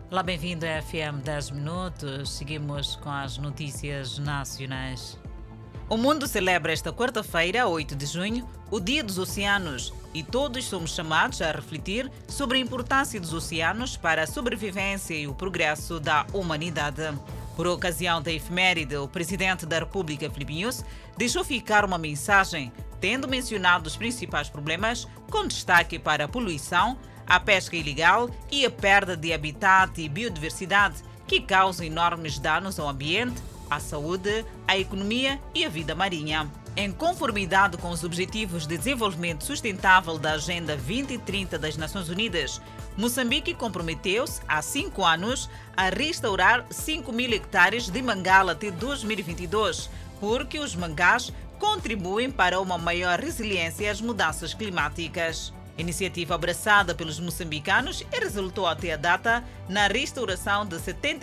Olá, bem-vindo a FM 10 Minutos. Seguimos com as notícias nacionais. O mundo celebra esta quarta-feira, 8 de junho, o Dia dos Oceanos, e todos somos chamados a refletir sobre a importância dos oceanos para a sobrevivência e o progresso da humanidade. Por ocasião da efeméride, o presidente da República, Filipe Nyusi, deixou ficar uma mensagem, tendo mencionado os principais problemas, com destaque para a poluição, a pesca ilegal e a perda de habitat e biodiversidade, que causam enormes danos ao ambiente, à saúde, à economia e à vida marinha. Em conformidade com os Objetivos de Desenvolvimento Sustentável da Agenda 2030 das Nações Unidas, Moçambique comprometeu-se há 5 anos a restaurar 5.000 hectares de mangala até 2022, porque os mangás contribuem para uma maior resiliência às mudanças climáticas. Iniciativa abraçada pelos moçambicanos e resultou até a data na restauração de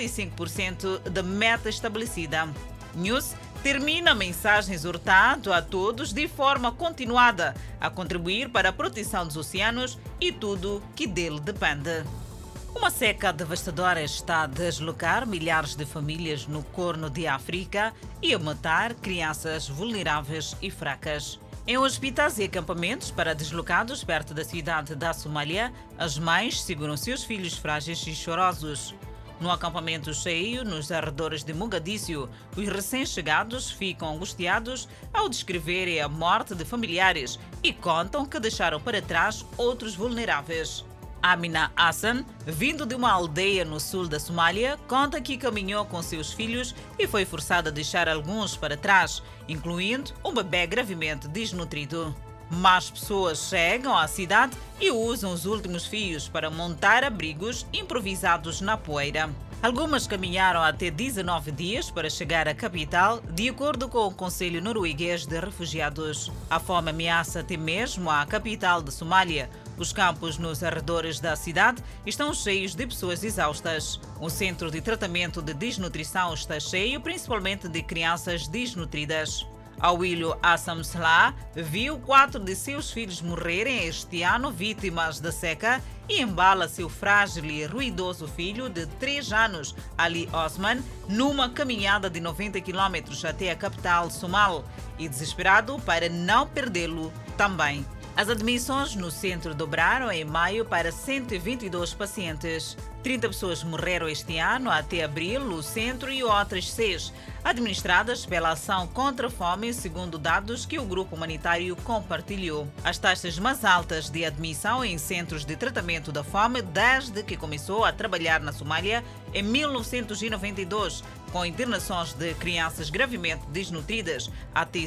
75% da meta estabelecida. Nyusi termina a mensagem exortando a todos de forma continuada a contribuir para a proteção dos oceanos e tudo que dele depende. Uma seca devastadora está a deslocar milhares de famílias no Corno de África e a matar crianças vulneráveis e fracas. Em hospitais e acampamentos para deslocados perto da cidade da Somália, as mães seguram seus filhos frágeis e chorosos. No acampamento cheio, nos arredores de Mogadíscio, os recém-chegados ficam angustiados ao descreverem a morte de familiares e contam que deixaram para trás outros vulneráveis. Amina Hassan, vindo de uma aldeia no sul da Somália, conta que caminhou com seus filhos e foi forçada a deixar alguns para trás, incluindo um bebê gravemente desnutrido. Mais pessoas chegam à cidade e usam os últimos fios para montar abrigos improvisados na poeira. Algumas caminharam até 19 dias para chegar à capital, de acordo com o Conselho Norueguês de Refugiados. A fome ameaça até mesmo a capital de Somália. Os campos nos arredores da cidade estão cheios de pessoas exaustas. O centro de tratamento de desnutrição está cheio, principalmente de crianças desnutridas. Awilo Assam Salah viu 4 de seus filhos morrerem este ano vítimas da seca e embala seu frágil e ruidoso filho de 3 anos, Ali Osman, numa caminhada de 90 km até a capital Somal e desesperado para não perdê-lo também. As admissões no centro dobraram em maio para 122 pacientes. 30 pessoas morreram este ano até abril no centro e outras 6, administradas pela Ação contra a Fome, segundo dados que o grupo humanitário compartilhou. As taxas mais altas de admissão em centros de tratamento da fome desde que começou a trabalhar na Somália em 1992, com internações de crianças gravemente desnutridas até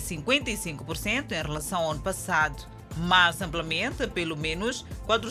55% em relação ao ano passado. Mais amplamente, pelo menos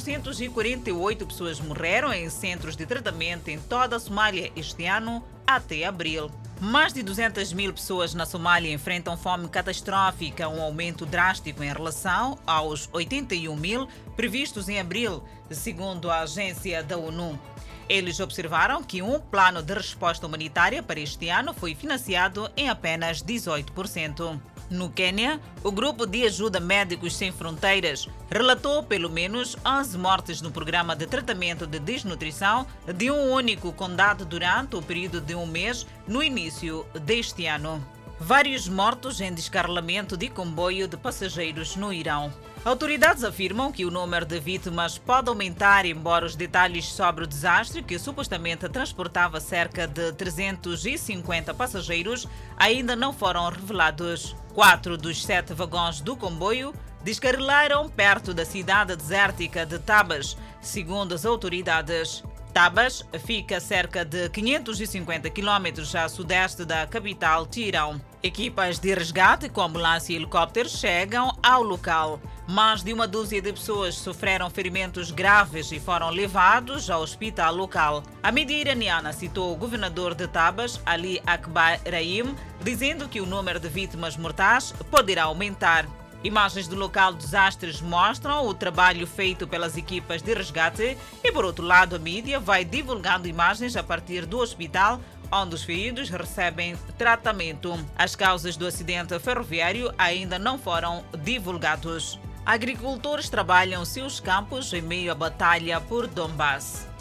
448 pessoas morreram em centros de tratamento em toda a Somália este ano até abril. Mais de 200.000 pessoas na Somália enfrentam fome catastrófica, um aumento drástico em relação aos 81.000 previstos em abril, segundo a agência da ONU. Eles observaram que um plano de resposta humanitária para este ano foi financiado em apenas 18%. No Quênia, o Grupo de Ajuda Médicos Sem Fronteiras relatou pelo menos 11 mortes no programa de tratamento de desnutrição de um único condado durante o período de um mês no início deste ano. Vários mortos em descarrilamento de comboio de passageiros no Irão. Autoridades afirmam que o número de vítimas pode aumentar, embora os detalhes sobre o desastre, que supostamente transportava cerca de 350 passageiros, ainda não foram revelados. 4 dos 7 vagões do comboio descarrilaram perto da cidade desértica de Tabas, segundo as autoridades. Tabas fica a cerca de 550 km a sudeste da capital Teherão. Equipas de resgate com ambulância e helicópteros chegam ao local. Mais de uma dúzia de pessoas sofreram ferimentos graves e foram levados ao hospital local. A mídia iraniana citou o governador de Tabas, Ali Akbar Rahim, dizendo que o número de vítimas mortais poderá aumentar. Imagens do local de desastres mostram o trabalho feito pelas equipas de resgate e, por outro lado, a mídia vai divulgando imagens a partir do hospital onde os feridos recebem tratamento. As causas do acidente ferroviário ainda não foram divulgados. Agricultores trabalham seus campos em meio à batalha por Donbass.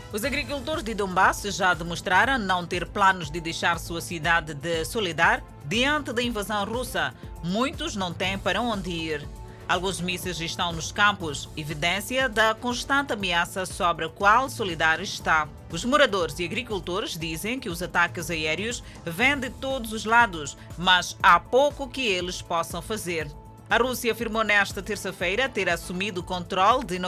Os agricultores de Donbass já demonstraram não ter planos de deixar sua cidade de Soledar diante da invasão russa. Muitos não têm para onde ir. Alguns mísseis estão nos campos, evidência da constante ameaça sobre a qual Soledar está. Os moradores e agricultores dizem que os ataques aéreos vêm de todos os lados, mas há pouco que eles possam fazer. A Rússia afirmou nesta terça-feira ter assumido o controle de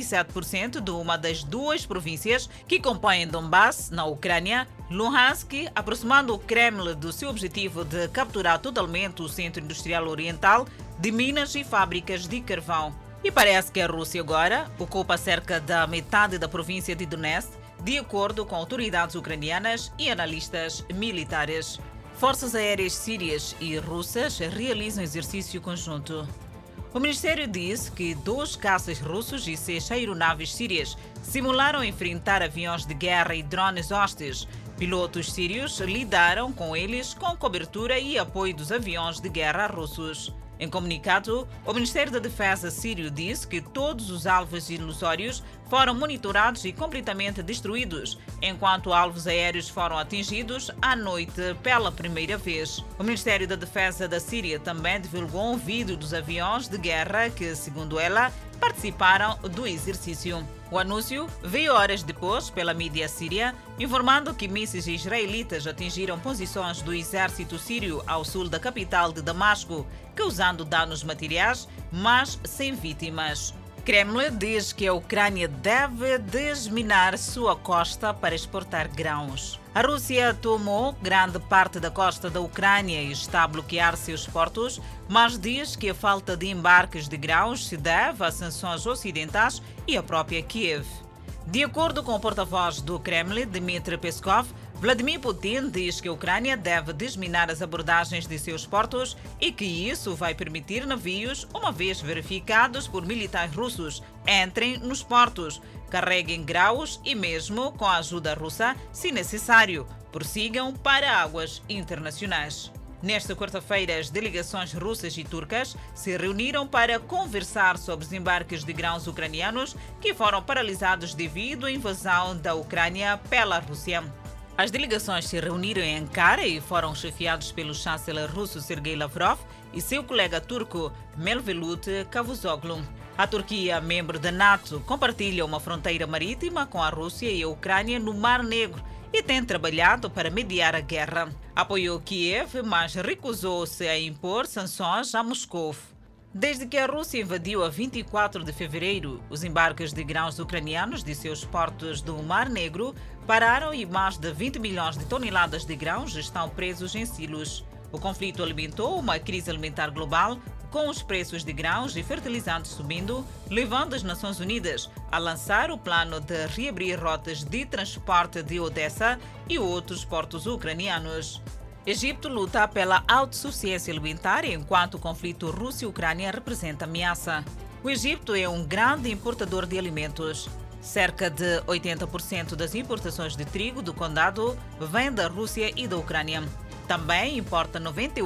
97% de uma das duas províncias que compõem Donbass, na Ucrânia, Luhansk, aproximando o Kremlin do seu objetivo de capturar totalmente o centro industrial oriental de minas e fábricas de carvão. E parece que a Rússia agora ocupa cerca da metade da província de Donetsk, de acordo com autoridades ucranianas e analistas militares. Forças aéreas sírias e russas realizam exercício conjunto. O Ministério diz que 2 caças russos e 6 aeronaves sírias simularam enfrentar aviões de guerra e drones hostis. Pilotos sírios lidaram com eles com cobertura e apoio dos aviões de guerra russos. Em comunicado, o Ministério da Defesa sírio disse que todos os alvos ilusórios foram monitorados e completamente destruídos, enquanto alvos aéreos foram atingidos à noite pela primeira vez. O Ministério da Defesa da Síria também divulgou um vídeo dos aviões de guerra que, segundo ela, participaram do exercício. O anúncio veio horas depois pela mídia síria, informando que mísseis israelitas atingiram posições do exército sírio ao sul da capital de Damasco, causando danos materiais, mas sem vítimas. Kremlin diz que a Ucrânia deve desminar sua costa para exportar grãos. A Rússia tomou grande parte da costa da Ucrânia e está a bloquear seus portos, mas diz que a falta de embarques de grãos se deve a sanções ocidentais e à própria Kiev. De acordo com o porta-voz do Kremlin, Dmitry Peskov, Vladimir Putin diz que a Ucrânia deve desminar as abordagens de seus portos e que isso vai permitir navios, uma vez verificados por militares russos, entrem nos portos, carreguem grãos e mesmo, com a ajuda russa, se necessário, prossigam para águas internacionais. Nesta quarta-feira, as delegações russas e turcas se reuniram para conversar sobre os embarques de grãos ucranianos que foram paralisados devido à invasão da Ucrânia pela Rússia. As delegações se reuniram em Ankara e foram chefiados pelo chanceler russo Sergei Lavrov e seu colega turco Mevlut Cavusoglu. A Turquia, membro da NATO, compartilha uma fronteira marítima com a Rússia e a Ucrânia no Mar Negro e tem trabalhado para mediar a guerra. Apoiou Kiev, mas recusou-se a impor sanções a Moscou. Desde que a Rússia invadiu a 24 de fevereiro, os embarques de grãos ucranianos de seus portos do Mar Negro pararam e mais de 20 milhões de toneladas de grãos estão presos em silos. O conflito alimentou uma crise alimentar global, com os preços de grãos e fertilizantes subindo, levando as Nações Unidas a lançar o plano de reabrir rotas de transporte de Odessa e outros portos ucranianos. Egito luta pela autossuficiência alimentar enquanto o conflito Rússia-Ucrânia representa ameaça. O Egito é um grande importador de alimentos. Cerca de 80% das importações de trigo do condado vêm da Rússia e da Ucrânia. Também importa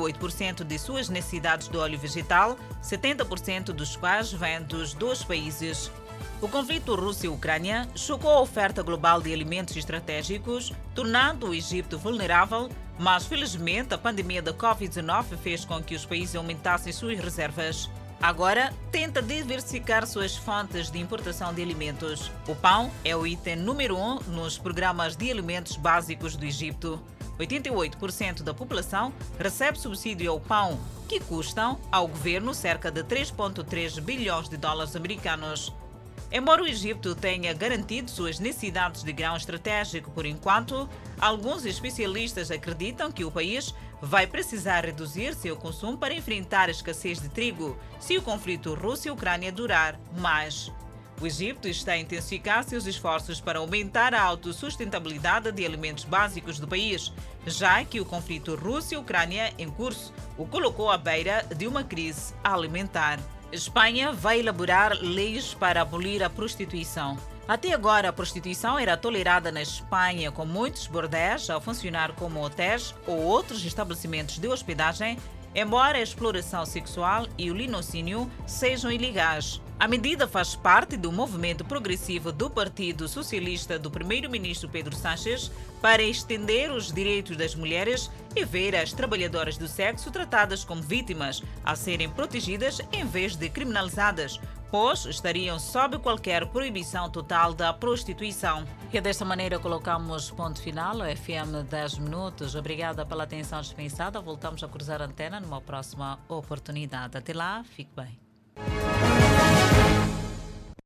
98% de suas necessidades de óleo vegetal, 70% dos quais vêm dos 2 países. O conflito Rússia-Ucrânia chocou a oferta global de alimentos estratégicos, tornando o Egito vulnerável, mas felizmente a pandemia da Covid-19 fez com que os países aumentassem suas reservas. Agora, tenta diversificar suas fontes de importação de alimentos. O pão é o item número 1 nos programas de alimentos básicos do Egito. 88% da população recebe subsídio ao pão, que custam ao governo cerca de 3,3 bilhões de dólares americanos. Embora o Egito tenha garantido suas necessidades de grão estratégico por enquanto, alguns especialistas acreditam que o país vai precisar reduzir seu consumo para enfrentar a escassez de trigo se o conflito Rússia-Ucrânia durar mais. O Egito está a intensificar seus esforços para aumentar a autossustentabilidade de alimentos básicos do país, já que o conflito Rússia-Ucrânia em curso o colocou à beira de uma crise alimentar. Espanha vai elaborar leis para abolir a prostituição. Até agora, a prostituição era tolerada na Espanha, com muitos bordéis a funcionar como hotéis ou outros estabelecimentos de hospedagem, embora a exploração sexual e o linocínio sejam ilegais. A medida faz parte do movimento progressivo do Partido Socialista do primeiro-ministro Pedro Sánchez para estender os direitos das mulheres e ver as trabalhadoras do sexo tratadas como vítimas a serem protegidas em vez de criminalizadas, pois estariam sob qualquer proibição total da prostituição. E desta maneira colocamos ponto final ao FM 10 Minutos. Obrigada pela atenção dispensada. Voltamos a cruzar a antena numa próxima oportunidade. Até lá, fique bem.